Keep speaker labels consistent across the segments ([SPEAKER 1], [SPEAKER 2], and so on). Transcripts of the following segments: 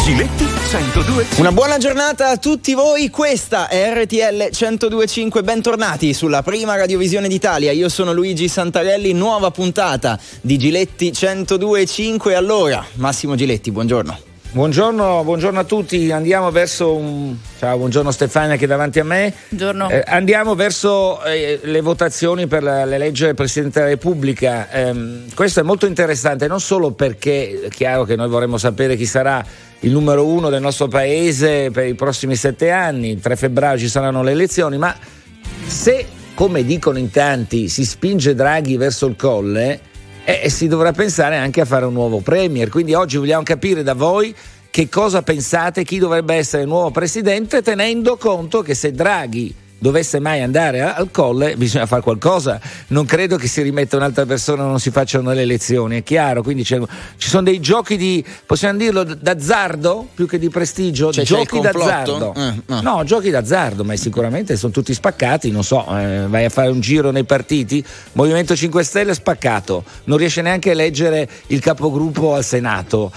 [SPEAKER 1] Giletti 102.
[SPEAKER 2] Una buona giornata a tutti voi, questa è RTL 102.5, bentornati sulla prima radiovisione d'Italia. Io sono Luigi Santarelli, nuova puntata di Giletti 102.5. Allora, Massimo Giletti, buongiorno.
[SPEAKER 3] Buongiorno a tutti, andiamo verso ciao, buongiorno Stefania che è davanti a me.
[SPEAKER 4] Buongiorno.
[SPEAKER 3] Andiamo verso le votazioni per l'elezione del Presidente della Repubblica. Questo è molto interessante, non solo perché è chiaro che noi vorremmo sapere chi sarà il numero uno del nostro paese per i prossimi 7 anni, il 3 febbraio ci saranno le elezioni, ma se, come dicono in tanti, si spinge Draghi verso il colle, si dovrà pensare anche a fare un nuovo premier. Quindi oggi vogliamo capire da voi che cosa pensate, chi dovrebbe essere il nuovo presidente, tenendo conto che se Draghi dovesse mai andare al colle bisogna fare qualcosa. Non credo che si rimetta un'altra persona, non si facciano le elezioni, è chiaro. Quindi ci sono dei giochi di, possiamo dirlo, d'azzardo più che di prestigio. Giochi d'azzardo. No, giochi d'azzardo, ma sicuramente sono tutti spaccati. Non so, vai a fare un giro nei partiti, Movimento 5 Stelle spaccato, non riesce neanche a eleggere il capogruppo al Senato,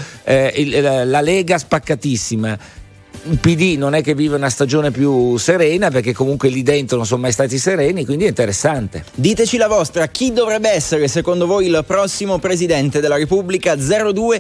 [SPEAKER 3] la Lega spaccatissima. Il PD non è che vive una stagione più serena, perché comunque lì dentro non sono mai stati sereni, quindi è interessante.
[SPEAKER 2] Diteci la vostra, chi dovrebbe essere secondo voi il prossimo Presidente della Repubblica? 02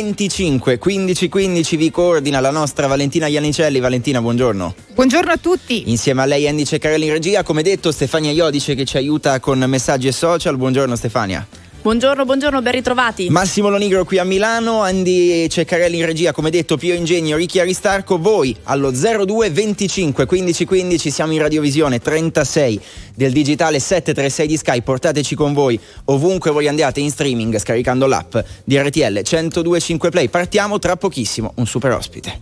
[SPEAKER 2] 25 15 15 vi coordina la nostra Valentina Iannicelli. Valentina, buongiorno.
[SPEAKER 4] Buongiorno a tutti.
[SPEAKER 2] Insieme a lei Andy Ceccarelli in regia, come detto Stefania Iodice che ci aiuta con messaggi e social. Buongiorno Stefania.
[SPEAKER 4] Buongiorno, ben ritrovati.
[SPEAKER 2] Massimo Lonigro qui a Milano, Andy Ceccarelli in regia, come detto Pio Ingegno, Ricchi Aristarco, voi allo 02 25 15 15, siamo in radiovisione 36 del digitale 736 di Sky, portateci con voi ovunque voi andiate in streaming scaricando l'app di RTL 102.5 Play. Partiamo tra pochissimo, un super ospite.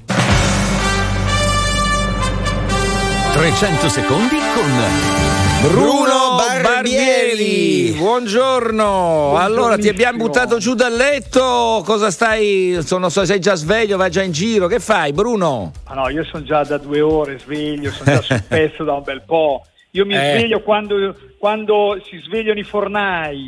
[SPEAKER 1] 300 secondi con
[SPEAKER 3] Bruno Barbieri. Buongiorno. Allora, ti abbiamo buttato giù dal letto, cosa stai? Non so, sei già sveglio, vai già in giro, che fai Bruno?
[SPEAKER 5] No, io sono già da 2 ore sveglio, sono già sul pezzo da un bel po'. Io mi sveglio quando si svegliano i fornai.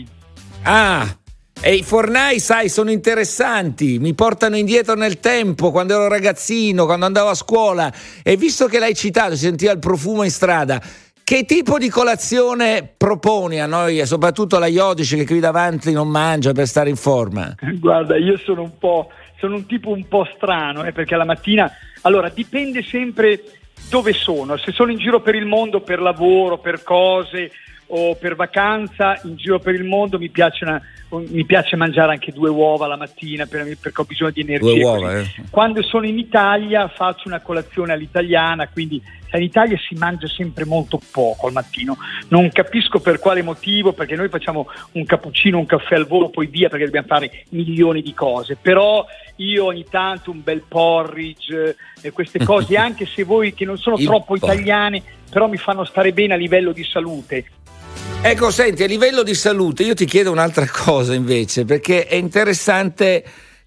[SPEAKER 3] E i fornai, sai, sono interessanti, mi portano indietro nel tempo, quando ero ragazzino, quando andavo a scuola. E visto che l'hai citato, si sentiva il profumo in strada, che tipo di colazione proponi a noi, e soprattutto alla Iodice che qui davanti non mangia per stare in forma?
[SPEAKER 5] Guarda, io sono un tipo un po' strano, perché la mattina, allora dipende sempre dove sono, se sono in giro per il mondo per lavoro, per cose o per vacanza, in giro per il mondo mi piace mangiare anche 2 uova la mattina perché ho bisogno di energia.
[SPEAKER 3] 2 uova,
[SPEAKER 5] Quando sono in Italia faccio una colazione all'italiana, quindi in Italia si mangia sempre molto poco al mattino, non capisco per quale motivo, perché noi facciamo un cappuccino, un caffè al volo, poi via, perché dobbiamo fare milioni di cose, però io ogni tanto un bel porridge e queste cose, anche se voi che non sono troppo italiane, però mi fanno stare bene a livello di salute.
[SPEAKER 3] Ecco, senti, a livello di salute io ti chiedo un'altra cosa invece, perché è interessante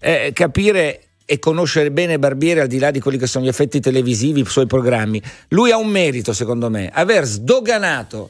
[SPEAKER 3] capire e conoscere bene Barbieri, al di là di quelli che sono gli effetti televisivi, i suoi programmi. Lui ha un merito, secondo me, aver sdoganato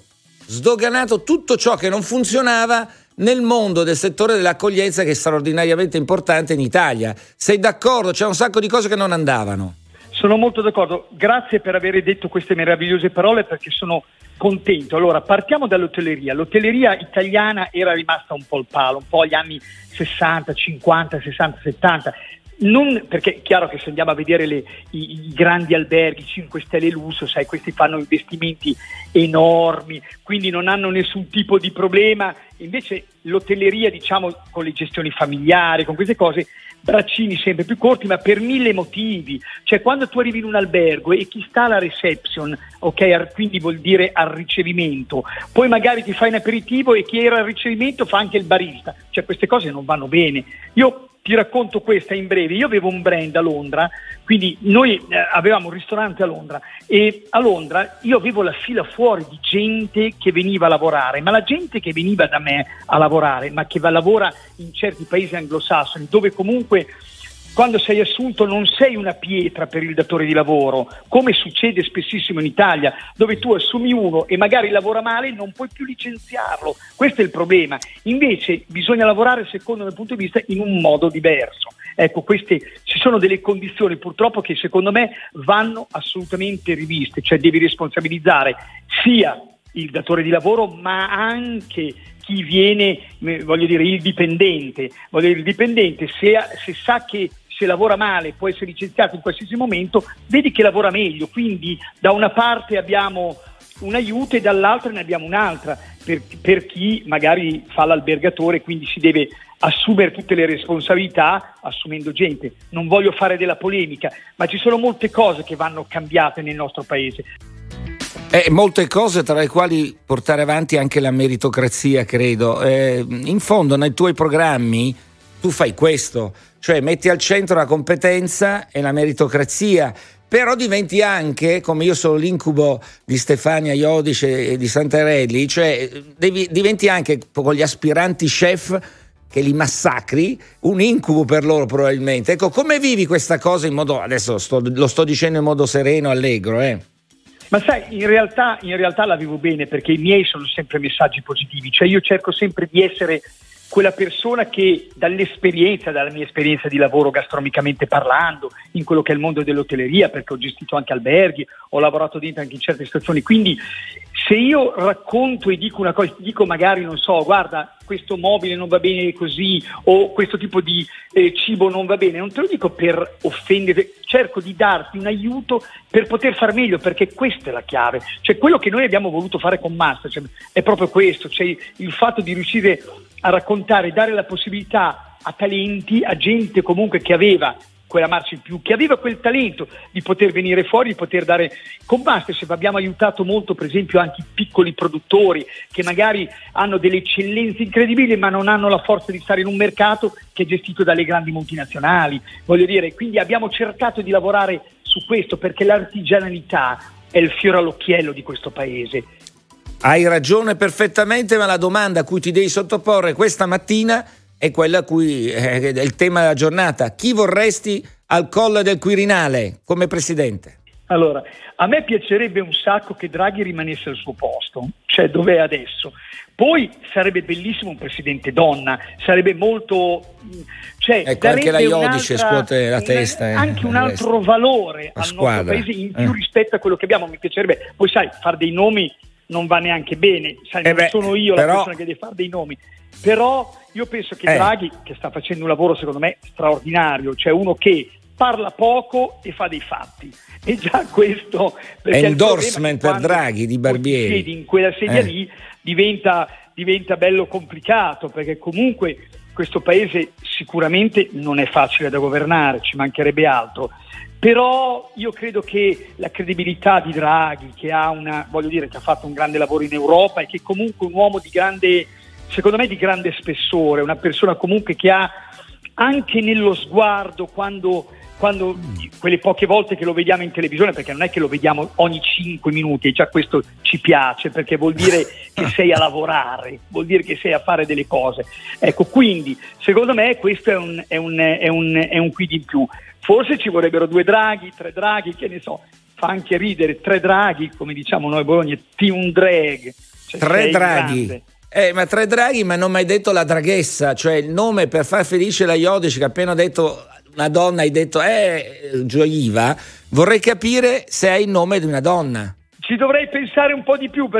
[SPEAKER 3] tutto ciò che non funzionava nel mondo del settore dell'accoglienza, che è straordinariamente importante in Italia. Sei d'accordo? C'è un sacco di cose che non andavano.
[SPEAKER 5] Sono molto d'accordo, grazie per aver detto queste meravigliose parole, perché sono contento. Allora, partiamo dall'hotelleria. L'hotelleria italiana era rimasta un po' al palo, un po' agli anni 60, 50, 60, 70. Non, perché è chiaro che se andiamo a vedere i grandi alberghi 5 stelle lusso, sai, questi fanno investimenti enormi, quindi non hanno nessun tipo di problema. Invece l'hotelleria, diciamo, con le gestioni familiari, con queste cose, braccini sempre più corti, ma per 1000 motivi. Cioè, quando tu arrivi in un albergo e chi sta alla reception, ok, quindi vuol dire al ricevimento, poi magari ti fai un aperitivo e chi era al ricevimento fa anche il barista, cioè queste cose non vanno bene. Io ti racconto questa in breve. Io avevo un brand a Londra, quindi noi avevamo un ristorante a Londra, e a Londra io avevo la fila fuori di gente che veniva a lavorare, ma la gente che veniva da me a lavorare, ma che lavora in certi paesi anglosassoni, dove comunque quando sei assunto non sei una pietra per il datore di lavoro, come succede spessissimo in Italia, dove tu assumi uno e magari lavora male e non puoi più licenziarlo. Questo è il problema. Invece bisogna lavorare, secondo il mio punto di vista, in un modo diverso. Ecco, ci sono delle condizioni purtroppo che secondo me vanno assolutamente riviste, cioè devi responsabilizzare sia il datore di lavoro ma anche chi viene, il dipendente. Il dipendente se sa che se lavora male può essere licenziato in qualsiasi momento, vedi che lavora meglio, quindi da una parte abbiamo un aiuto e dall'altra ne abbiamo un'altra per chi magari fa l'albergatore, quindi si deve assumere tutte le responsabilità assumendo gente. Non voglio fare della polemica, ma ci sono molte cose che vanno cambiate nel nostro paese.
[SPEAKER 3] Molte cose, tra le quali portare avanti anche la meritocrazia, credo. In fondo nei tuoi programmi tu fai questo, cioè metti al centro la competenza e la meritocrazia, però diventi anche, come io sono l'incubo di Stefania Iodice e di Santarelli, cioè diventi anche con gli aspiranti chef che li massacri, un incubo per loro probabilmente. Ecco, come vivi questa cosa in modo, adesso lo sto dicendo in modo sereno, allegro,
[SPEAKER 5] Ma sai, in realtà la vivo bene, perché i miei sono sempre messaggi positivi, cioè io cerco sempre di essere quella persona che dalla mia esperienza di lavoro gastronomicamente parlando, in quello che è il mondo dell'hotelleria, perché ho gestito anche alberghi, ho lavorato dentro anche in certe situazioni, quindi se io racconto e dico una cosa, dico magari, non so, guarda, questo mobile non va bene così, o questo tipo di cibo non va bene, non te lo dico per offendere, cerco di darti un aiuto per poter far meglio, perché questa è la chiave, cioè quello che noi abbiamo voluto fare con Masterchef è proprio questo, cioè il fatto di riuscire a raccontare, dare la possibilità a talenti, a gente comunque che aveva quella marcia in più, che aveva quel talento di poter venire fuori, di poter dare. Con Masterchef abbiamo aiutato molto per esempio anche i piccoli produttori che magari hanno delle eccellenze incredibili ma non hanno la forza di stare in un mercato che è gestito dalle grandi multinazionali, quindi abbiamo cercato di lavorare su questo, perché l'artigianalità è il fiore all'occhiello di questo paese.
[SPEAKER 3] Hai ragione perfettamente, ma la domanda a cui ti devi sottoporre questa mattina è quella a cui è il tema della giornata. Chi vorresti al Colle del Quirinale come presidente?
[SPEAKER 5] Allora, a me piacerebbe un sacco che Draghi rimanesse al suo posto, cioè dove è adesso. Poi sarebbe bellissimo un presidente donna, sarebbe molto...
[SPEAKER 3] ecco, anche la Iodice scuote la testa.
[SPEAKER 5] Anche un altro valore al nostro paese in più rispetto a quello che abbiamo. Mi piacerebbe, poi sai, fare dei nomi non va neanche bene, sai, non sono io la persona che deve fare dei nomi, però io penso che Draghi, che sta facendo un lavoro secondo me straordinario, cioè uno che parla poco e fa dei fatti, e già questo
[SPEAKER 3] endorsement per Draghi di Barbieri
[SPEAKER 5] in quella sedia lì diventa bello complicato, perché comunque questo paese sicuramente non è facile da governare, ci mancherebbe altro. Però io credo che la credibilità di Draghi, che ha che ha fatto un grande lavoro in Europa e che comunque un uomo di grande, secondo me di grande spessore, una persona comunque che ha anche nello sguardo quando quelle poche volte che lo vediamo in televisione, perché non è che lo vediamo ogni 5 minuti e già questo ci piace, perché vuol dire che sei a lavorare, vuol dire che sei a fare delle cose. Ecco, quindi secondo me questo è un quid in più. Forse ci vorrebbero 2 Draghi, 3 Draghi, che ne so, fa anche ridere, 3 Draghi, come diciamo noi a Bologna, un drag. Cioè 3 Draghi.
[SPEAKER 3] Ma 3 Draghi, ma non mi hai detto la draghessa, cioè il nome per far felice la Iodice, che appena ho detto una donna hai detto gioiva. Vorrei capire se hai il nome di una donna.
[SPEAKER 5] Ci dovrei pensare un po' di più,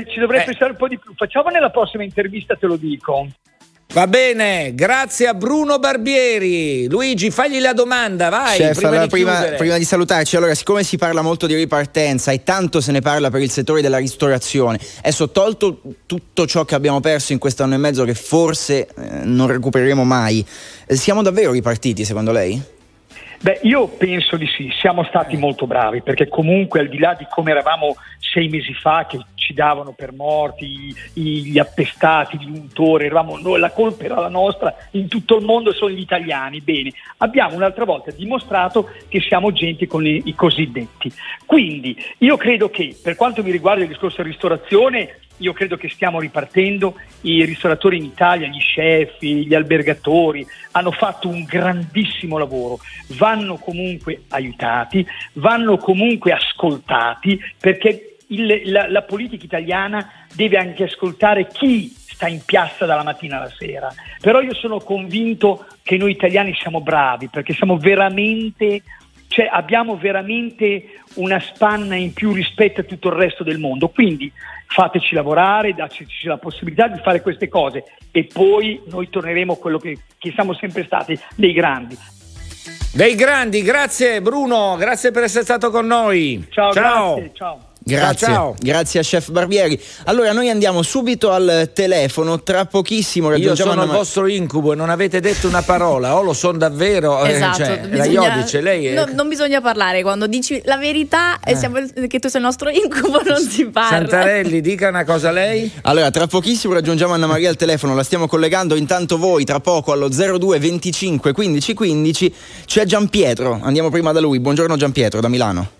[SPEAKER 5] facciamo nella prossima intervista, te lo dico.
[SPEAKER 3] Va bene, grazie a Bruno Barbieri. Luigi, fagli la domanda, vai.
[SPEAKER 2] Chef, prima di salutarci, allora, siccome si parla molto di ripartenza e tanto se ne parla per il settore della ristorazione, adesso tolto tutto ciò che abbiamo perso in quest'anno e mezzo, che forse non recupereremo mai, siamo davvero ripartiti secondo lei?
[SPEAKER 5] Beh, io penso di sì, siamo stati molto bravi, perché comunque al di là di come eravamo 6 mesi fa, che ci davano per morti gli appestati, gli untori, la colpa era la nostra, in tutto il mondo sono gli italiani. Bene, abbiamo un'altra volta dimostrato che siamo gente con i cosiddetti. Quindi io credo che, per quanto mi riguarda il discorso ristorazione, io credo che stiamo ripartendo. I ristoratori in Italia, gli chef, gli albergatori hanno fatto un grandissimo lavoro, vanno comunque aiutati, vanno comunque ascoltati, perché la politica italiana deve anche ascoltare chi sta in piazza dalla mattina alla sera. Però io sono convinto che noi italiani siamo bravi, perché siamo veramente, abbiamo veramente una spanna in più rispetto a tutto il resto del mondo. Quindi fateci lavorare, dateci la possibilità di fare queste cose e poi noi torneremo a quello che siamo sempre stati, dei grandi.
[SPEAKER 3] Dei grandi, grazie Bruno, grazie per essere stato con noi.
[SPEAKER 5] Ciao. Grazie, ciao.
[SPEAKER 2] Grazie a Chef Barbieri. Allora noi andiamo subito al telefono, tra pochissimo raggiungiamo.
[SPEAKER 3] Io sono il vostro incubo e non avete detto una parola, lo sono davvero.
[SPEAKER 4] Esatto,
[SPEAKER 3] la Iodice, lei
[SPEAKER 4] non bisogna parlare, quando dici la verità e che tu sei il nostro incubo non si parla.
[SPEAKER 3] Santarelli, dica una cosa lei.
[SPEAKER 2] Allora tra pochissimo raggiungiamo Anna Maria al telefono, la stiamo collegando, intanto voi tra poco allo 02 25 15 15 c'è Gianpietro, andiamo prima da lui. Buongiorno Gianpietro da Milano.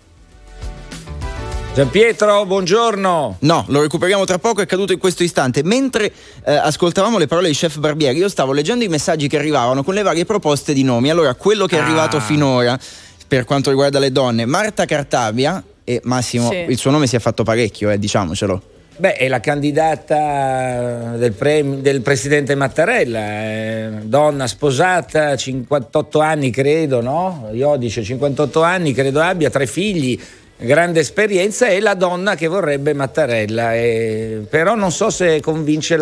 [SPEAKER 3] Gianpietro, buongiorno.
[SPEAKER 2] No, lo recuperiamo tra poco, è caduto in questo istante. Mentre ascoltavamo le parole di Chef Barbieri, io stavo leggendo i messaggi che arrivavano con le varie proposte di nomi. Allora, quello che è arrivato finora per quanto riguarda le donne, Marta Cartabia, e Massimo, il suo nome si è fatto parecchio, diciamocelo.
[SPEAKER 3] Beh, è la candidata del presidente Mattarella, donna sposata, 58 anni credo, no? Io dice 58 anni, credo abbia 3 figli. Grande esperienza, è la donna che vorrebbe Mattarella, però non so se convince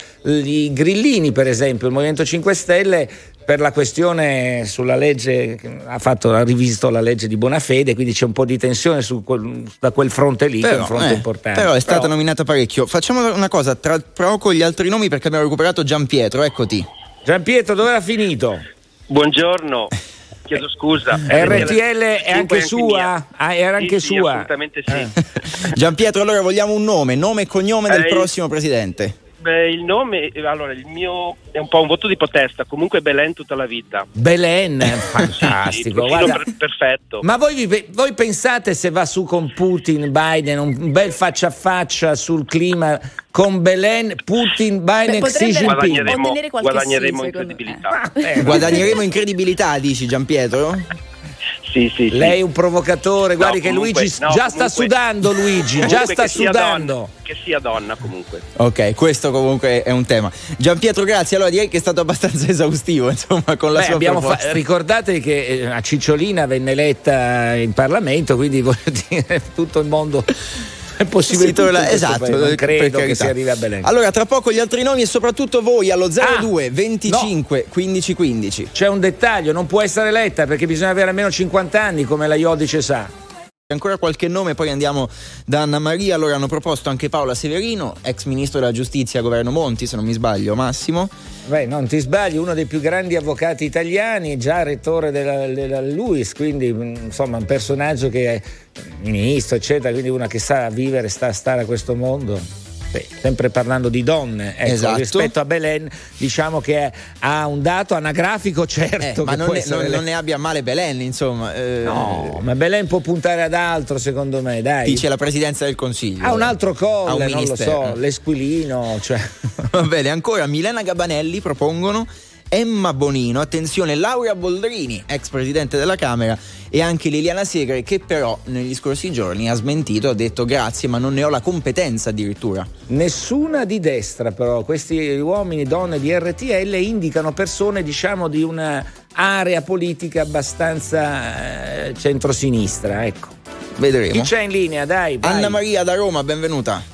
[SPEAKER 3] i grillini, per esempio il Movimento 5 Stelle per la questione sulla legge, ha rivisto la legge di Bonafede, quindi c'è un po' di tensione da quel fronte lì, che è un fronte importante.
[SPEAKER 2] Però è stata nominata parecchio. Facciamo una cosa, tra poco gli altri nomi, perché abbiamo recuperato Gianpietro, eccoti.
[SPEAKER 3] Gianpietro, dove era finito?
[SPEAKER 6] Buongiorno. Chiedo scusa.
[SPEAKER 3] RTL è anche sua? Era anche sua?
[SPEAKER 6] Assolutamente sì.
[SPEAKER 2] Gianpietro, allora vogliamo un nome e cognome del prossimo presidente.
[SPEAKER 6] Beh, il nome, allora il mio è un po' un voto di protesta, comunque Belen tutta la vita.
[SPEAKER 3] Belen, fantastico.
[SPEAKER 6] Guarda, perfetto.
[SPEAKER 3] Ma voi pensate se va su con Putin, Biden, un bel faccia a faccia sul clima con Belen, Putin, Biden, Xi Jinping?
[SPEAKER 6] Guadagneremo in credibilità.
[SPEAKER 2] Guadagneremo in credibilità, dici Gianpietro?
[SPEAKER 6] Sì.
[SPEAKER 3] Lei è un provocatore, guardi che Luigi sta sudando, Luigi, già sta sudando.
[SPEAKER 6] Che sia donna comunque.
[SPEAKER 2] Ok, questo comunque è un tema. Gianpietro, grazie. Allora direi che è stato abbastanza esaustivo, insomma, con la sua proposta.
[SPEAKER 3] Ricordate che a Cicciolina venne eletta in Parlamento, quindi voglio dire, tutto il mondo è possibile.
[SPEAKER 2] Esatto,
[SPEAKER 3] non credo che si arrivi a Belen.
[SPEAKER 2] Allora, tra poco gli altri nomi e soprattutto voi allo 02 25 15 15.
[SPEAKER 3] C'è un dettaglio, non può essere eletta perché bisogna avere almeno 50 anni, come la Iodice sa.
[SPEAKER 2] Ancora qualche nome, poi andiamo da Anna Maria. Allora hanno proposto anche Paola Severino, ex ministro della giustizia a governo Monti, se non mi sbaglio. Massimo?
[SPEAKER 3] Beh, non ti sbagli, uno dei più grandi avvocati italiani, già rettore della LUIS, quindi insomma un personaggio che è ministro eccetera, quindi una che sa vivere, stare a questo mondo. Beh, sempre parlando di donne, ecco,
[SPEAKER 2] esatto.
[SPEAKER 3] Rispetto a Belen diciamo che ha un dato anagrafico certo,
[SPEAKER 2] ma
[SPEAKER 3] che
[SPEAKER 2] non ne abbia male Belen, insomma.
[SPEAKER 3] No, ma Belen può puntare ad altro, secondo me, dai.
[SPEAKER 2] Dice la presidenza del Consiglio.
[SPEAKER 3] Ha un altro colle, non lo
[SPEAKER 2] ministero.
[SPEAKER 3] so, l'Esquilino, cioè.
[SPEAKER 2] Va bene, ancora Milena Gabanelli propongono Emma Bonino, attenzione, Laura Boldrini, ex presidente della Camera, e anche Liliana Segre, che però negli scorsi giorni ha smentito, ha detto grazie ma non ne ho la competenza addirittura.
[SPEAKER 3] Nessuna di destra, però questi uomini, donne di RTL indicano persone diciamo di una area politica abbastanza centrosinistra, ecco.
[SPEAKER 2] Vedremo.
[SPEAKER 3] Chi c'è in linea? Dai, vai.
[SPEAKER 2] Anna Maria da Roma, benvenuta.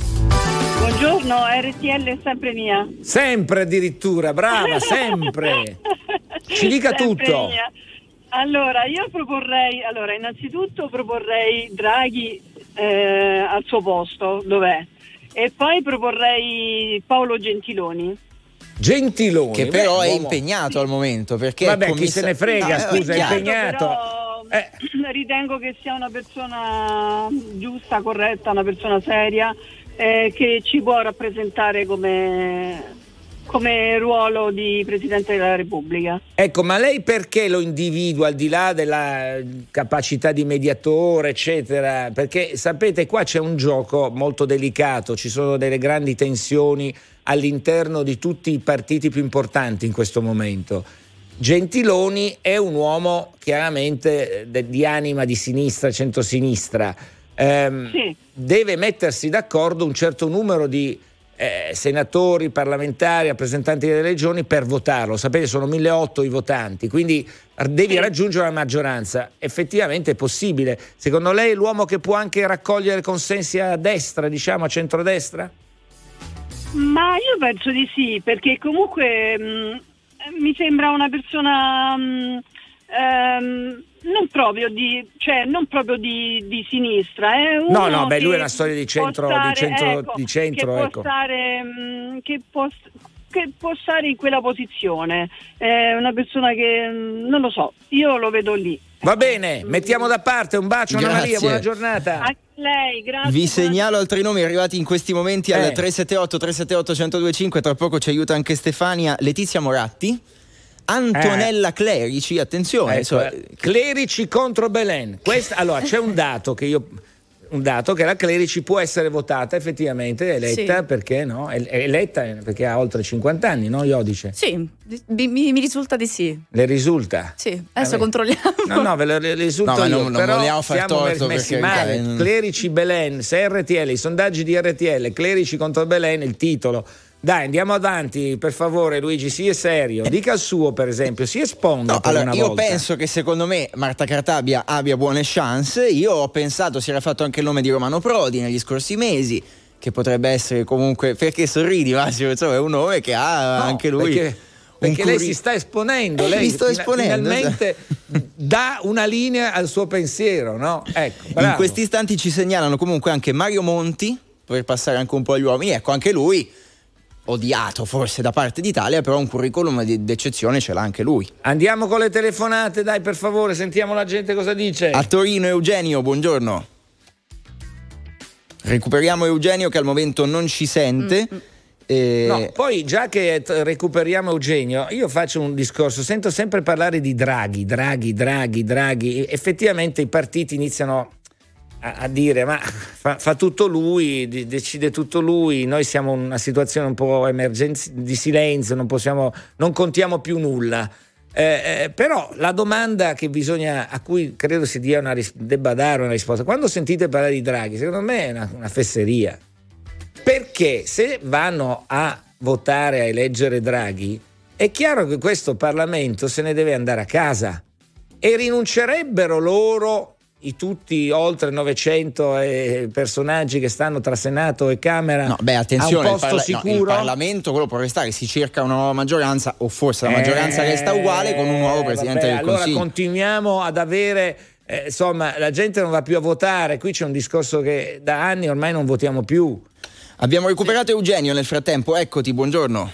[SPEAKER 7] Buongiorno, RTL è sempre mia.
[SPEAKER 3] Sempre addirittura, brava, sempre. Ci dica
[SPEAKER 7] sempre
[SPEAKER 3] tutto.
[SPEAKER 7] Mia. Allora, io innanzitutto proporrei Draghi al suo posto, dov'è? E poi proporrei Paolo Gentiloni.
[SPEAKER 2] Che però è impegnato al momento, perché
[SPEAKER 3] vabbè, chi se ne frega, scusa, è impegnato.
[SPEAKER 7] Però ritengo che sia una persona giusta, corretta, una persona seria, che ci può rappresentare come ruolo di Presidente della Repubblica.
[SPEAKER 3] Ecco, ma lei perché lo individua al di là della capacità di mediatore, eccetera? Perché sapete, qua c'è un gioco molto delicato, ci sono delle grandi tensioni all'interno di tutti i partiti più importanti in questo momento. Gentiloni è un uomo chiaramente di anima di sinistra, centrosinistra. deve mettersi d'accordo un certo numero di senatori, parlamentari, rappresentanti delle regioni per votarlo. Sapete, sono 1.800 i votanti, quindi devi raggiungere la maggioranza. Effettivamente è possibile. Secondo lei è l'uomo che può anche raccogliere consensi a destra, diciamo a centrodestra?
[SPEAKER 7] Ma io penso di sì, perché comunque mi sembra una persona non proprio di sinistra,
[SPEAKER 3] no, lui è una storia di centro,
[SPEAKER 7] che può stare in quella posizione, è una persona che non lo so, io lo vedo lì.
[SPEAKER 3] Va bene, mettiamo da parte, un bacio Anna Maria, buona giornata.
[SPEAKER 7] A lei, grazie.
[SPEAKER 2] Vi segnalo altri nomi arrivati in questi momenti al 378-378-1025, tra poco ci aiuta anche Stefania. Letizia Moratti, Antonella Clerici, attenzione,
[SPEAKER 3] Clerici contro Belen. Allora c'è un dato che la Clerici può essere votata effettivamente, eletta, perché no? È eletta perché ha oltre 50 anni, no Iodice?
[SPEAKER 4] Sì, mi risulta di sì.
[SPEAKER 3] Le risulta?
[SPEAKER 4] Sì, adesso controlliamo.
[SPEAKER 3] No, ve le risulta io,
[SPEAKER 2] non
[SPEAKER 3] però
[SPEAKER 2] vogliamo far
[SPEAKER 3] siamo
[SPEAKER 2] torto
[SPEAKER 3] messi male. Clerici Belen, se RTL, i sondaggi di RTL, Clerici contro Belen, il titolo. Dai, andiamo avanti, per favore, Luigi, sii serio. Dica il suo, per esempio, si esponga.
[SPEAKER 2] Io penso che secondo me Marta Cartabia abbia buone chance. Io ho pensato, si era fatto anche il nome di Romano Prodi negli scorsi mesi, che potrebbe essere comunque, perché sorridi Massimo, insomma è un nome che ha anche lui.
[SPEAKER 3] Perché lei si sta esponendo, lei finalmente dà una linea al suo pensiero, no? Ecco, bravo.
[SPEAKER 2] In questi istanti ci segnalano comunque anche Mario Monti, per passare anche un po' agli uomini, ecco anche lui odiato forse da parte d'Italia, però un curriculum d'eccezione ce l'ha anche lui.
[SPEAKER 3] Andiamo con le telefonate, dai, per favore, sentiamo la gente cosa dice.
[SPEAKER 2] A Torino Eugenio, buongiorno. Recuperiamo Eugenio che al momento non ci sente.
[SPEAKER 3] No, poi già che recuperiamo Eugenio, io faccio un discorso, sento sempre parlare di Draghi. Effettivamente i partiti iniziano a dire ma fa tutto lui, decide tutto lui, noi siamo in una situazione un po' emergenza di silenzio, non contiamo più nulla, però la domanda a cui credo si debba dare una risposta, quando sentite parlare di Draghi, secondo me è una fesseria, perché se vanno a votare, a eleggere Draghi, è chiaro che questo Parlamento se ne deve andare a casa e rinuncerebbero loro tutti oltre 900 personaggi che stanno tra Senato e Camera
[SPEAKER 2] attenzione,
[SPEAKER 3] a un posto sicuro.
[SPEAKER 2] Il Parlamento quello può restare, si cerca una nuova maggioranza o forse la maggioranza resta uguale con un nuovo Presidente del Consiglio.
[SPEAKER 3] Allora continuiamo ad avere la gente non va più a votare, qui c'è un discorso che da anni ormai non votiamo più.
[SPEAKER 2] Abbiamo recuperato Eugenio nel frattempo, eccoti, buongiorno.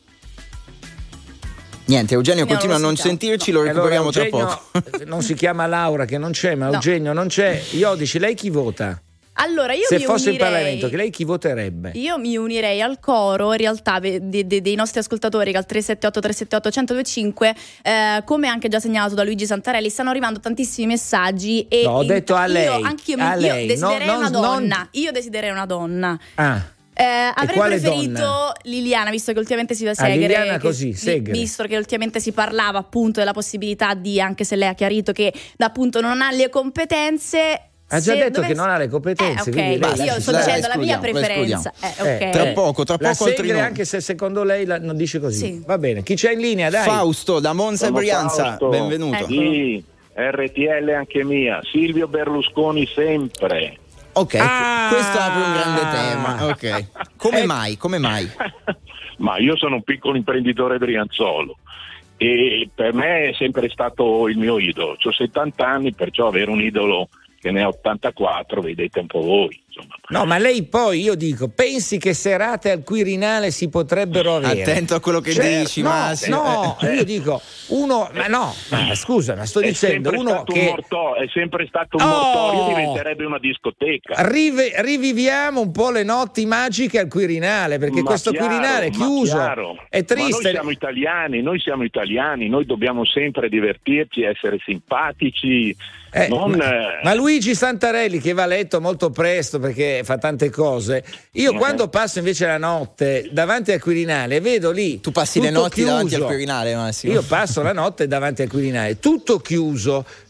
[SPEAKER 2] Niente, Eugenio continua a non sentirci, lo recuperiamo tra poco.
[SPEAKER 3] Non si chiama Laura che non c'è, ma Eugenio non c'è. Iodice, lei chi vota?
[SPEAKER 4] Allora, io
[SPEAKER 3] se fosse in Parlamento, che lei chi voterebbe?
[SPEAKER 4] Io mi unirei al coro in realtà dei nostri ascoltatori che al 378-378-1025, come anche già segnalato da Luigi Santarelli, stanno arrivando tantissimi messaggi e
[SPEAKER 3] ho detto a lei.
[SPEAKER 4] Io desidererei una donna. Io desiderei una donna. Avrei preferito
[SPEAKER 3] donna?
[SPEAKER 4] Liliana, visto che ultimamente si va a Segre.
[SPEAKER 3] Liliana così, Segre.
[SPEAKER 4] Visto che ultimamente si parlava appunto della possibilità di, anche se lei ha chiarito che appunto non ha le competenze.
[SPEAKER 3] Ha già detto che non ha le competenze.
[SPEAKER 4] Io sto dicendo la mia preferenza.
[SPEAKER 2] Tra poco
[SPEAKER 3] la Segre, anche se secondo lei non dice così. Sì. Va bene, chi c'è in linea? Dai.
[SPEAKER 2] Fausto da Monza e Brianza, benvenuto.
[SPEAKER 8] Sì, RTL anche mia, Silvio Berlusconi sempre.
[SPEAKER 2] Ok, questo apre un grande tema. Ok. Come mai?
[SPEAKER 8] Ma io sono un piccolo imprenditore brianzolo e per me è sempre stato il mio idolo. Ho 70 anni, perciò avere un idolo che ne ha 84, vedete un po' voi, insomma.
[SPEAKER 3] No, ma lei poi, io dico, pensi che serate al Quirinale si potrebbero avere?
[SPEAKER 2] Attento a quello che dici, Massimo.
[SPEAKER 3] No, io dico, scusa, ma sto dicendo, uno che...
[SPEAKER 8] è sempre stato un mortorio, diventerebbe una discoteca.
[SPEAKER 3] Riviviamo un po' le notti magiche al Quirinale, perché questo Quirinale è chiuso, è triste.
[SPEAKER 8] Ma noi siamo italiani, noi dobbiamo sempre divertirci, essere simpatici.
[SPEAKER 3] Ma Luigi Santarelli, che va letto molto presto perché fa tante cose, io quando passo invece la notte davanti al Quirinale vedo lì
[SPEAKER 2] tu passi le notti chiuso. Davanti al Quirinale, Massimo?
[SPEAKER 3] Io passo la notte davanti al Quirinale, tutto chiuso,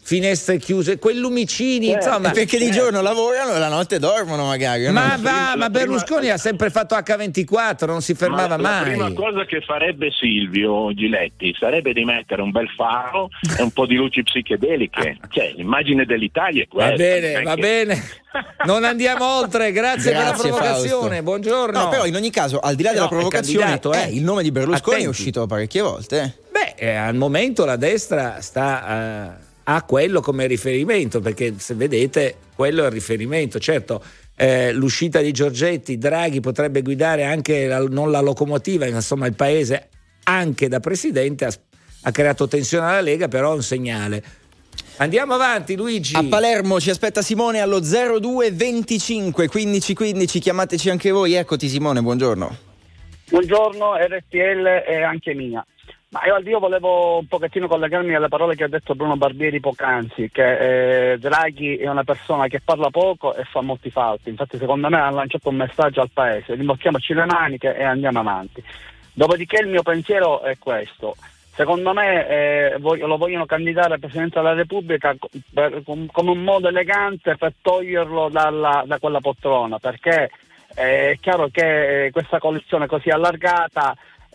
[SPEAKER 3] finestre chiuse, quei lumicini, insomma.
[SPEAKER 2] Perché di giorno lavorano e la notte dormono magari.
[SPEAKER 3] Ma Berlusconi ha sempre fatto H24, non si fermava mai.
[SPEAKER 8] La prima cosa che farebbe Silvio Giletti sarebbe di mettere un bel faro e un po' di luci psichedeliche. Cioè, l'immagine dell'Italia è questa.
[SPEAKER 3] Va bene. Non andiamo oltre, grazie per la provocazione.
[SPEAKER 2] Fausto.
[SPEAKER 3] Buongiorno.
[SPEAKER 2] No, però in ogni caso, al di là della provocazione, il nome di Berlusconi
[SPEAKER 3] Attenti.
[SPEAKER 2] è uscito parecchie volte.
[SPEAKER 3] Al momento la destra sta ha quello come riferimento, perché se vedete quello è il riferimento. Certo, l'uscita di Giorgetti, Draghi potrebbe guidare anche non la locomotiva, insomma il paese anche da presidente, ha creato tensione alla Lega, però è un segnale. Andiamo avanti, Luigi.
[SPEAKER 2] A Palermo ci aspetta Simone allo 02 25 15 15, chiamateci anche voi. Eccoti Simone, buongiorno.
[SPEAKER 9] Buongiorno, RTL e anche mia. Ma io volevo un pochettino collegarmi alle parole che ha detto Bruno Barbieri poc'anzi, che Draghi è una persona che parla poco e fa molti fatti. Infatti secondo me ha lanciato un messaggio al paese: rimbocchiamoci le maniche e andiamo avanti. Dopodiché il mio pensiero è questo: secondo me lo vogliono candidare al Presidente della Repubblica come un modo elegante per toglierlo da quella poltrona, perché è chiaro che questa coalizione così allargata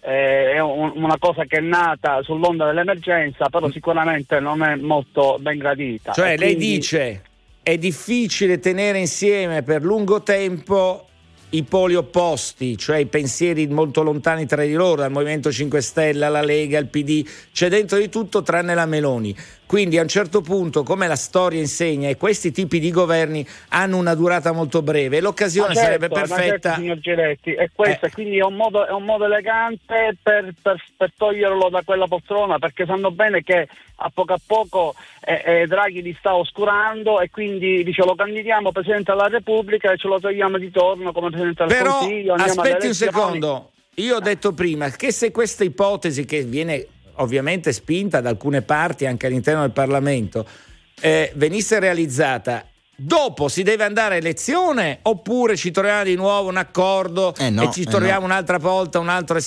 [SPEAKER 9] è una cosa che è nata sull'onda dell'emergenza, però sicuramente non è molto ben gradita.
[SPEAKER 3] Cioè lei dice è difficile tenere insieme per lungo tempo i poli opposti, cioè i pensieri molto lontani tra di loro, dal Movimento 5 Stelle alla Lega, al PD, c'è dentro di tutto tranne la Meloni. Quindi a un certo punto, come la storia insegna, e questi tipi di governi hanno una durata molto breve, l'occasione sarebbe perfetta.
[SPEAKER 9] Certo, signor Giletti, è questo, quindi è un modo elegante per toglierlo da quella poltrona, perché sanno bene che a poco Draghi li sta oscurando, e quindi dice: lo candidiamo Presidente della Repubblica e ce lo togliamo di torno come Presidente del Consiglio.
[SPEAKER 3] Però aspetti un secondo, io ho detto prima che se questa ipotesi, che viene ovviamente spinta da alcune parti anche all'interno del Parlamento, venisse realizzata, dopo si deve andare a elezione, oppure ci troviamo di nuovo un accordo e ci troviamo un'altra volta un altro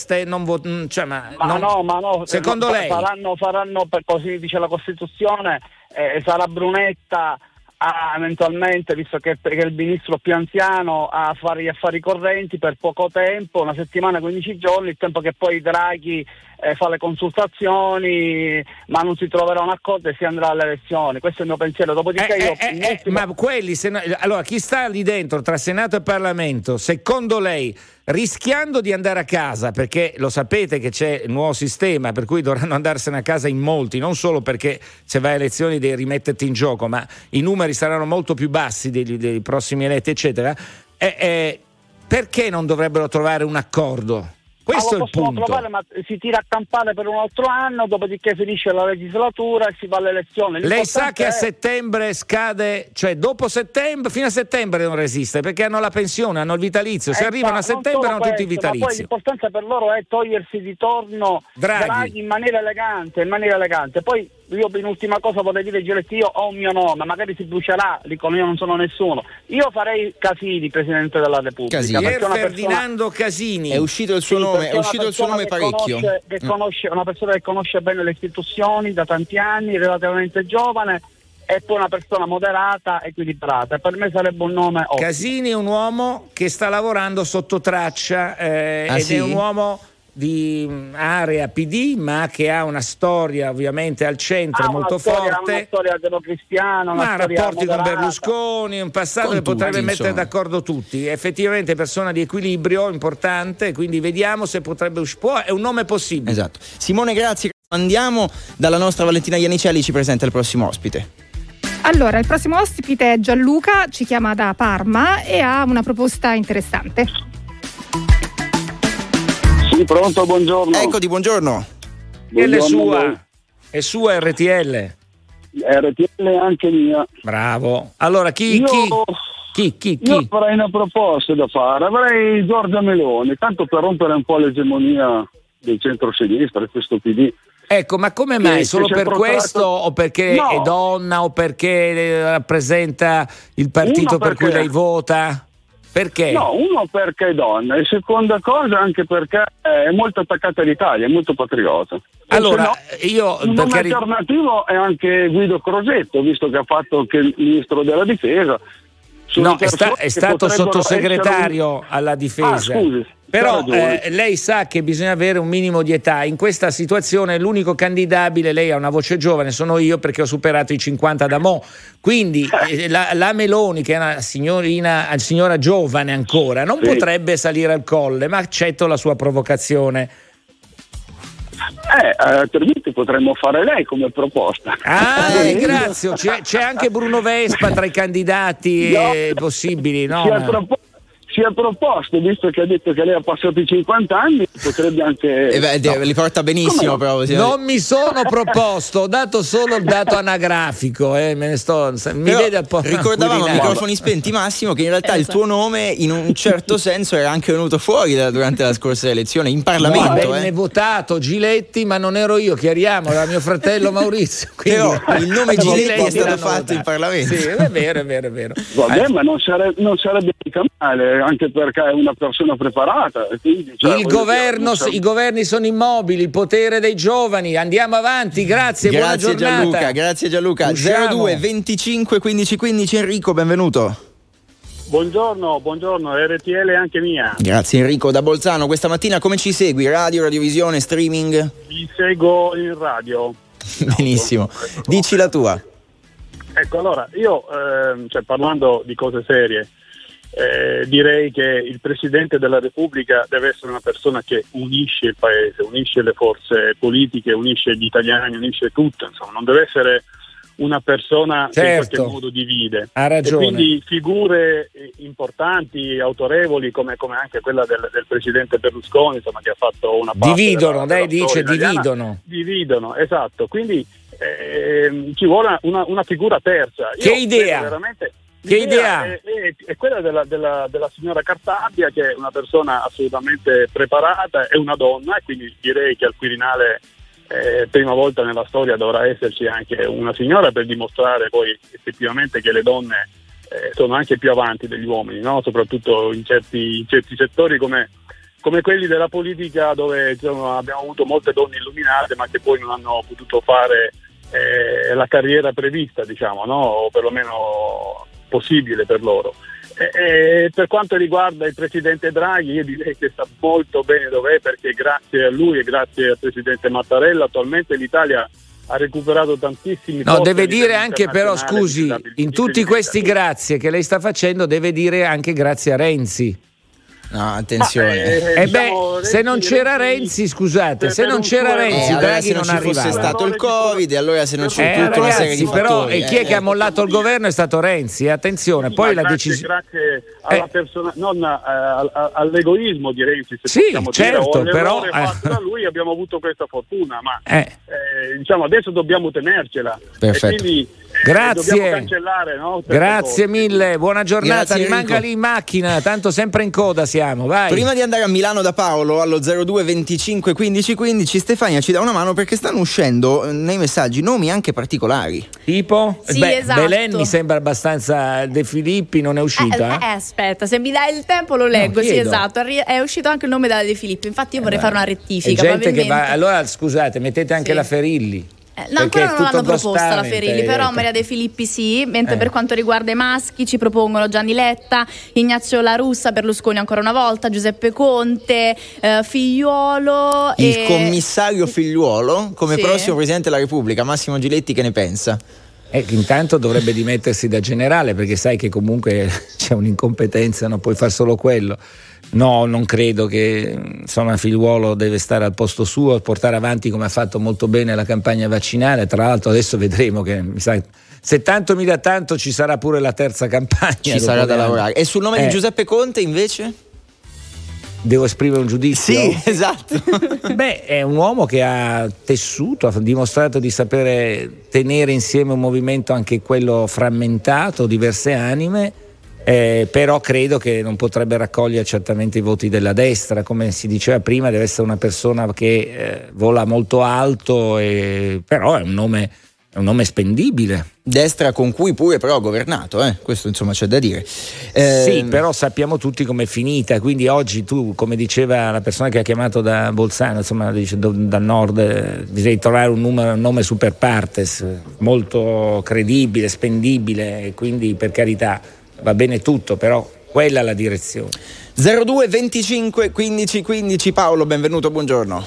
[SPEAKER 9] no,
[SPEAKER 3] secondo lei
[SPEAKER 9] faranno per, così dice la Costituzione, sarà Brunetta eventualmente, visto che il ministro più anziano, a fare gli affari correnti per poco tempo, una settimana, 15 giorni, il tempo che poi Draghi fa le consultazioni, ma non si troverà un accordo e si andrà alle elezioni. Questo è il mio pensiero. Dopodiché
[SPEAKER 3] ma quelli, allora chi sta lì dentro tra Senato e Parlamento, secondo lei, rischiando di andare a casa, perché lo sapete che c'è il nuovo sistema per cui dovranno andarsene a casa in molti, non solo perché se vai a elezioni devi rimetterti in gioco, ma i numeri saranno molto più bassi dei prossimi eletti, eccetera, perché non dovrebbero trovare un accordo? Questo è il punto.
[SPEAKER 9] Trovare, ma si tira a campare per un altro anno, dopodiché finisce la legislatura e si va alle elezioni.
[SPEAKER 3] Lei sa che a settembre scade, cioè dopo settembre, fino a settembre non resiste, perché hanno la pensione, hanno il vitalizio, se arrivano a settembre hanno tutti i vitalizi.
[SPEAKER 9] Ma poi l'importanza per loro è togliersi di torno Draghi in maniera elegante. Poi io in ultima cosa vorrei dire, Giletti, io ho un mio nome, magari si brucerà, dico io non sono nessuno. Io farei Casini Presidente della Repubblica.
[SPEAKER 3] Ferdinando Casini.
[SPEAKER 2] È uscito il suo nome, parecchio.
[SPEAKER 9] Una persona che conosce bene le istituzioni da tanti anni, relativamente giovane, e poi una persona moderata, equilibrata. Per me sarebbe un nome ottimo.
[SPEAKER 3] Casini è un uomo che sta lavorando sotto traccia è un uomo di area PD, ma che ha una storia ovviamente al centro molto forte,
[SPEAKER 9] una storia democristiana,
[SPEAKER 3] ma rapporti
[SPEAKER 9] moderata,
[SPEAKER 3] con Berlusconi, un passato che potrebbe mettere d'accordo tutti. Effettivamente persona di equilibrio importante, quindi vediamo se potrebbe è un nome possibile.
[SPEAKER 2] Esatto. Simone, grazie. Andiamo dalla nostra Valentina Iannicelli, ci presenta il prossimo ospite.
[SPEAKER 10] Allora, il prossimo ospite è Gianluca, ci chiama da Parma e ha una proposta interessante.
[SPEAKER 9] Sì, pronto, buongiorno.
[SPEAKER 2] Eccoti, buongiorno.
[SPEAKER 3] È sua RTL.
[SPEAKER 9] RTL anche mia.
[SPEAKER 3] Bravo. Allora, chi?
[SPEAKER 9] Io avrei una proposta da fare, avrei Giorgia Meloni, tanto per rompere un po' l'egemonia del centro-sinistra, questo PD.
[SPEAKER 3] Ecco, ma come mai? Solo per questo o perché è donna o perché rappresenta il partito per cui lei vota? Perché?
[SPEAKER 9] No, uno perché è donna e seconda cosa anche perché è molto attaccata all'Italia, è molto patriota.
[SPEAKER 3] Allora,
[SPEAKER 9] un nome alternativo è anche Guido Crosetto, visto che ha fatto anche il ministro della difesa.
[SPEAKER 3] No, è stato sottosegretario alla difesa.
[SPEAKER 9] Scusi,
[SPEAKER 3] però lei sa che bisogna avere un minimo di età. In questa situazione l'unico candidabile, lei ha una voce giovane, sono io, perché ho superato i 50 da mo'. Quindi la Meloni, che è una signora giovane ancora, non potrebbe salire al colle, ma accetto la sua provocazione.
[SPEAKER 9] Altrimenti potremmo fare lei come proposta.
[SPEAKER 3] Grazie. C'è anche Bruno Vespa tra i candidati possibili, no?
[SPEAKER 9] Si è proposto, visto che ha detto che lei ha passato i 50 anni, potrebbe anche...
[SPEAKER 2] li porta benissimo, però.
[SPEAKER 3] Non mi sono proposto, ho dato solo il dato anagrafico, mi vede un po'.
[SPEAKER 2] Ricordavamo a microfoni spenti, Massimo, che in realtà il tuo nome in un certo senso era anche venuto fuori durante la scorsa elezione in Parlamento.
[SPEAKER 3] Venne votato Giletti, ma non ero io, chiariamo, era mio fratello Maurizio.
[SPEAKER 2] Però il nome Giletti è stato fatto in Parlamento.
[SPEAKER 3] Sì, è vero.
[SPEAKER 9] Vabbè, ma non sarebbe mica male, anche perché è una persona preparata. Quindi,
[SPEAKER 3] i governi sono immobili, il potere dei giovani. Andiamo avanti, grazie buona giornata.
[SPEAKER 2] Grazie Gianluca. 02 25 15 15. Enrico, benvenuto.
[SPEAKER 11] Buongiorno, RTL anche mia.
[SPEAKER 2] Grazie Enrico da Bolzano. Questa mattina come ci segui? Radio, radiovisione, streaming?
[SPEAKER 11] Vi seguo in radio.
[SPEAKER 2] Benissimo, dici la tua.
[SPEAKER 11] Ecco, allora, io parlando di cose serie, direi che il Presidente della Repubblica deve essere una persona che unisce il paese, unisce le forze politiche, unisce gli italiani, unisce tutto, insomma, non deve essere una persona che in qualche modo divide.
[SPEAKER 3] Ha ragione.
[SPEAKER 11] E quindi figure importanti, autorevoli come anche quella del Presidente Berlusconi, insomma, che ha fatto una parte dividono, esatto. Quindi ci vuole una figura terza.
[SPEAKER 3] Che idea?
[SPEAKER 11] L'idea è quella della signora Cartabia, che è una persona assolutamente preparata, è una donna, e quindi direi che al Quirinale prima volta nella storia dovrà esserci anche una signora, per dimostrare poi effettivamente che le donne sono anche più avanti degli uomini, no? Soprattutto in certi settori come quelli della politica, dove abbiamo avuto molte donne illuminate ma che poi non hanno potuto fare la carriera prevista, diciamo, no? O perlomeno possibile per loro. Per quanto riguarda il Presidente Draghi, io direi che sta molto bene dov'è, perché grazie a lui e grazie al Presidente Mattarella attualmente l'Italia ha recuperato tantissimi posti.
[SPEAKER 3] No, deve dire anche, però, scusi, in tutti questi grazie che lei sta facendo, deve dire anche grazie a Renzi.
[SPEAKER 2] No, attenzione.
[SPEAKER 3] Se non c'era Renzi, scusate, se non c'era Renzi, Draghi non arrivava.
[SPEAKER 2] Se fosse stato il Covid, allora se non c'è tutta una serie di fattori.
[SPEAKER 3] Però chi è che ha mollato il governo è stato Renzi, attenzione. Poi la decisione.
[SPEAKER 11] Grazie alla persona, non all'egoismo di Renzi, se possiamo
[SPEAKER 3] certo,
[SPEAKER 11] dire,
[SPEAKER 3] però
[SPEAKER 11] fatto da lui abbiamo avuto questa fortuna, ma diciamo adesso dobbiamo tenercela.
[SPEAKER 2] Perfetto.
[SPEAKER 11] E quindi
[SPEAKER 3] grazie,
[SPEAKER 11] dobbiamo cancellare, no?
[SPEAKER 3] Grazie mille, buona giornata.
[SPEAKER 2] Grazie,
[SPEAKER 3] rimanga
[SPEAKER 2] Enrico.
[SPEAKER 3] lì in macchina, tanto sempre in coda siamo, vai.
[SPEAKER 2] Prima di andare a Milano da Paolo allo 02 25 15 15, Stefania ci dà una mano, perché stanno uscendo nei messaggi nomi anche particolari.
[SPEAKER 3] Tipo?
[SPEAKER 4] Sì, esatto.
[SPEAKER 3] Belen mi sembra abbastanza. De Filippi non è uscita?
[SPEAKER 4] Aspetta, se mi dai il tempo lo leggo. Sì, esatto, è uscito anche il nome della De Filippi, infatti io vorrei fare una rettifica.
[SPEAKER 3] Gente che va, allora scusate, mettete anche la Ferilli.
[SPEAKER 4] No, ancora non l'hanno proposta la Ferilli, però Maria De Filippi sì, mentre per quanto riguarda i maschi ci propongono Gianni Letta, Ignazio La Russa, Berlusconi ancora una volta, Giuseppe Conte, Figliuolo
[SPEAKER 2] il commissario Figliuolo come prossimo Presidente della Repubblica. Massimo Giletti che ne pensa?
[SPEAKER 3] Intanto dovrebbe dimettersi da generale, perché sai che comunque c'è un'incompetenza, non puoi fare solo quello. No, non credo che Figliuolo deve stare al posto suo, portare avanti come ha fatto molto bene la campagna vaccinale. Tra l'altro adesso vedremo che mi sa, se tanto mi dà tanto ci sarà pure la terza campagna.
[SPEAKER 2] Ci sarà da lavorare. E sul nome di Giuseppe Conte invece?
[SPEAKER 3] Devo esprimere un giudizio?
[SPEAKER 2] Sì, esatto.
[SPEAKER 3] È un uomo che ha tessuto, ha dimostrato di sapere tenere insieme un movimento, anche quello frammentato, diverse anime. Però credo che non potrebbe raccogliere certamente i voti della destra, come si diceva prima. Deve essere una persona che vola molto alto, però è un nome un nome spendibile.
[SPEAKER 2] Destra con cui pure però ha governato, questo insomma c'è da dire.
[SPEAKER 3] Sì, però sappiamo tutti com'è finita, quindi oggi tu, come diceva la persona che ha chiamato da Bolzano, insomma dice dal nord, devi trovare un nome super partes, molto credibile, spendibile, e quindi per carità va bene tutto, però quella è la direzione.
[SPEAKER 2] 02 25 15 15. Paolo, benvenuto, buongiorno.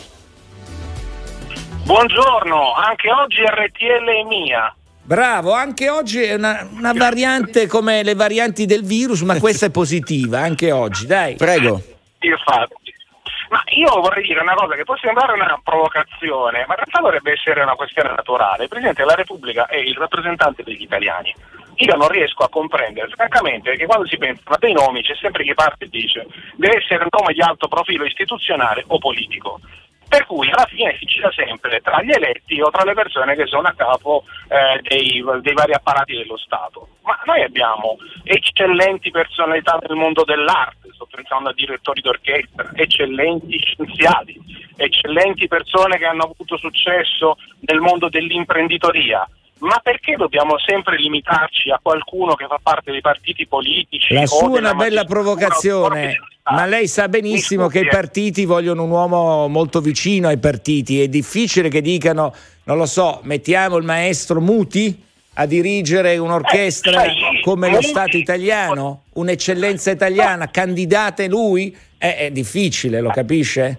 [SPEAKER 12] Buongiorno, anche oggi RTL è mia.
[SPEAKER 3] Bravo, anche oggi è una variante come le varianti del virus, ma questa è positiva, anche oggi, dai.
[SPEAKER 2] Prego.
[SPEAKER 12] Infatti. Ma io vorrei dire una cosa che può sembrare una provocazione, ma in realtà dovrebbe essere una questione naturale. Il Presidente della Repubblica è il rappresentante degli italiani. Io non riesco a comprendere, francamente, che quando si pensa a dei nomi c'è sempre chi parte e dice deve essere un nome di alto profilo istituzionale o politico. Per cui alla fine si gira sempre tra gli eletti o tra le persone che sono a capo dei vari apparati dello Stato. Ma noi abbiamo eccellenti personalità del mondo dell'arte, sto pensando a direttori d'orchestra, eccellenti scienziati, eccellenti persone che hanno avuto successo nel mondo dell'imprenditoria. Ma perché dobbiamo sempre limitarci a qualcuno che fa parte dei partiti politici?
[SPEAKER 3] La sua è una bella provocazione, ma lei sa benissimo che i partiti vogliono un uomo molto vicino ai partiti. È difficile che dicano, non lo so, mettiamo il maestro Muti a dirigere un'orchestra come lo Stato italiano, un'eccellenza italiana, candidate lui? È difficile, lo capisce?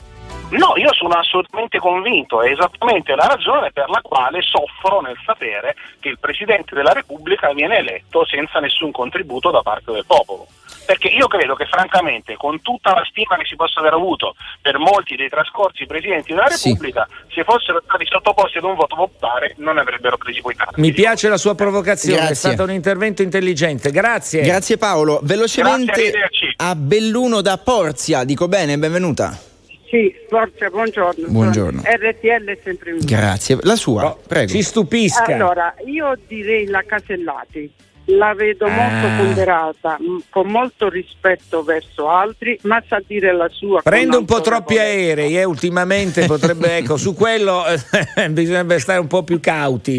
[SPEAKER 12] No, io sono assolutamente convinto, è esattamente la ragione per la quale soffro nel sapere che il Presidente della Repubblica viene eletto senza nessun contributo da parte del popolo. Perché io credo che francamente, con tutta la stima che si possa aver avuto per molti dei trascorsi Presidenti della Repubblica, se fossero stati sottoposti ad un voto popolare non avrebbero presi quei tanti.
[SPEAKER 3] Mi piace la sua provocazione,
[SPEAKER 2] Grazie.
[SPEAKER 3] È stato un intervento intelligente, grazie.
[SPEAKER 2] Grazie Paolo, velocemente a Belluno da Porzia, dico bene, benvenuta.
[SPEAKER 13] Sì, forza, buongiorno.
[SPEAKER 2] Buongiorno.
[SPEAKER 13] RTL è sempre un.
[SPEAKER 2] Grazie, la sua, prego.
[SPEAKER 3] Ci stupisca.
[SPEAKER 13] Allora, io direi la Casellati. La vedo molto ponderata, con molto rispetto verso altri, ma sa dire la sua.
[SPEAKER 3] Prende un po' troppi aerei, ultimamente potrebbe, ecco, su quello bisognerebbe stare un po' più cauti.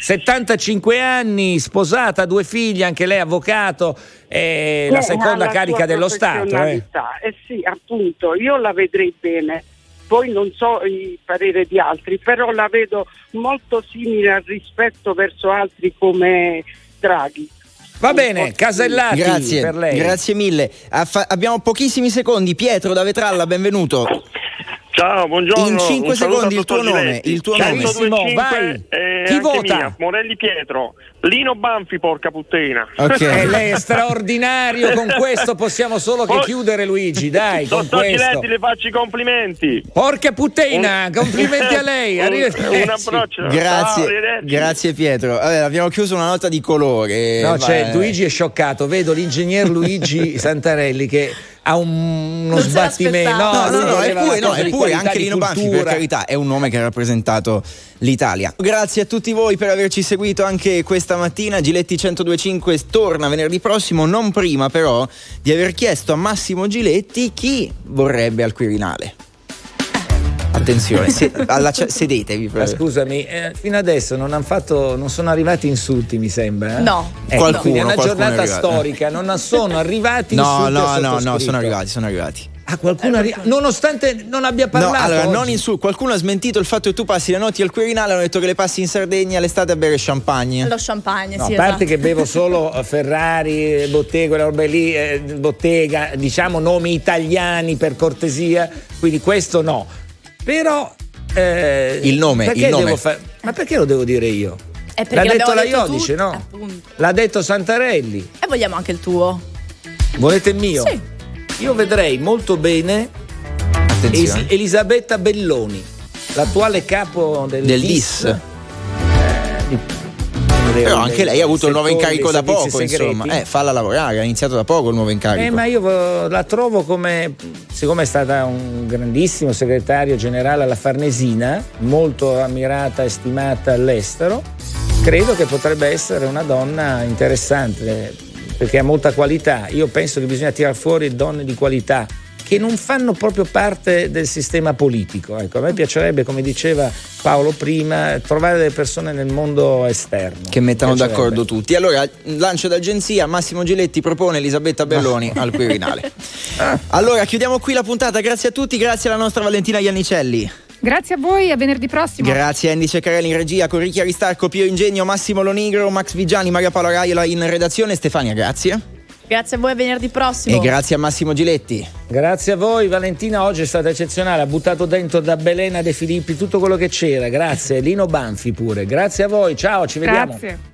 [SPEAKER 3] 75 anni, sposata, 2 figli, anche lei avvocato, la seconda carica dello Stato.
[SPEAKER 13] Sì, appunto, io la vedrei bene. Poi non so il parere di altri, però la vedo molto simile al rispetto verso altri come Draghi.
[SPEAKER 3] Va bene, Casellati,
[SPEAKER 2] grazie,
[SPEAKER 3] per lei.
[SPEAKER 2] Grazie mille. Abbiamo pochissimi secondi. Pietro da Vetralla, benvenuto.
[SPEAKER 11] Ciao, buongiorno.
[SPEAKER 2] In 5 secondi il tuo nome. Il tuo nome.
[SPEAKER 3] Vai. Chi vota?
[SPEAKER 11] Mia, Morelli Pietro. Lino Banfi, porca puttana.
[SPEAKER 2] Okay.
[SPEAKER 3] Lei è straordinario, con questo possiamo solo che chiudere, Luigi, dai, con questo.
[SPEAKER 11] Le faccio i complimenti.
[SPEAKER 3] Porca puttana, complimenti a lei.
[SPEAKER 11] Un abbraccio.
[SPEAKER 2] Grazie Pietro. Vabbè, abbiamo chiuso una nota di colore.
[SPEAKER 3] No, Luigi è scioccato, vedo l'ingegner Luigi Santarelli che ha uno sbattimento.
[SPEAKER 2] Eppure anche Lino Banfi, per carità, è un nome che ha rappresentato l'Italia. Grazie a tutti voi per averci seguito anche questa mattina. Giletti 1025 torna venerdì prossimo, non prima però di aver chiesto a Massimo Giletti chi vorrebbe al Quirinale. Attenzione, sedetevi.
[SPEAKER 3] Ma scusami, fino adesso non sono arrivati insulti, mi sembra.
[SPEAKER 4] No,
[SPEAKER 3] qualcuno. È una giornata storica, non sono arrivati insulti.
[SPEAKER 2] No, sono arrivati.
[SPEAKER 3] Qualcuno nonostante non abbia parlato.
[SPEAKER 2] Non insulti. Qualcuno ha smentito il fatto che tu passi le notti al Quirinale. Hanno detto che le passi in Sardegna l'estate a bere champagne.
[SPEAKER 4] Lo champagne,
[SPEAKER 3] no,
[SPEAKER 4] sì.
[SPEAKER 3] A parte che bevo solo Ferrari, bottega, quelle robe lì, bottega, diciamo nomi italiani per cortesia. Quindi questo no. Però
[SPEAKER 2] il nome.
[SPEAKER 3] Ma perché lo devo dire io?
[SPEAKER 4] L'ha
[SPEAKER 3] detto la Iodice, no?
[SPEAKER 4] Appunto.
[SPEAKER 3] L'ha detto Santarelli.
[SPEAKER 4] E vogliamo anche il tuo.
[SPEAKER 3] Volete il mio?
[SPEAKER 4] Sì.
[SPEAKER 3] Io vedrei molto bene Elisabetta Belloni, l'attuale capo del DIS.
[SPEAKER 2] Però anche lei ha avuto il nuovo incarico da poco, insomma. Falla lavorare, ha iniziato da poco il nuovo incarico.
[SPEAKER 3] Ma io la trovo siccome è stata un grandissimo segretario generale alla Farnesina, molto ammirata e stimata all'estero, credo che potrebbe essere una donna interessante, perché ha molta qualità. Io penso che bisogna tirar fuori donne di qualità che non fanno proprio parte del sistema politico. Ecco, a me piacerebbe, come diceva Paolo prima, trovare delle persone nel mondo esterno
[SPEAKER 2] che mettano d'accordo tutti. Allora, lancio d'agenzia, Massimo Giletti propone Elisabetta Belloni al Quirinale. Allora, chiudiamo qui la puntata, grazie a tutti, grazie alla nostra Valentina Iannicelli.
[SPEAKER 10] Grazie a voi, a venerdì prossimo.
[SPEAKER 2] Grazie a Andy Ceccarelli in regia, con Ricchi Aristarco, Pio Ingegno, Massimo Lonigro, Max Vigiani, Maria Paola Raiola in redazione. Stefania, grazie.
[SPEAKER 4] Grazie a voi, a venerdì prossimo.
[SPEAKER 2] E grazie a Massimo Giletti.
[SPEAKER 3] Grazie a voi, Valentina oggi è stata eccezionale, ha buttato dentro da Belena De Filippi tutto quello che c'era, grazie, Lino Banfi pure, grazie a voi, ciao, ci vediamo.
[SPEAKER 10] Grazie.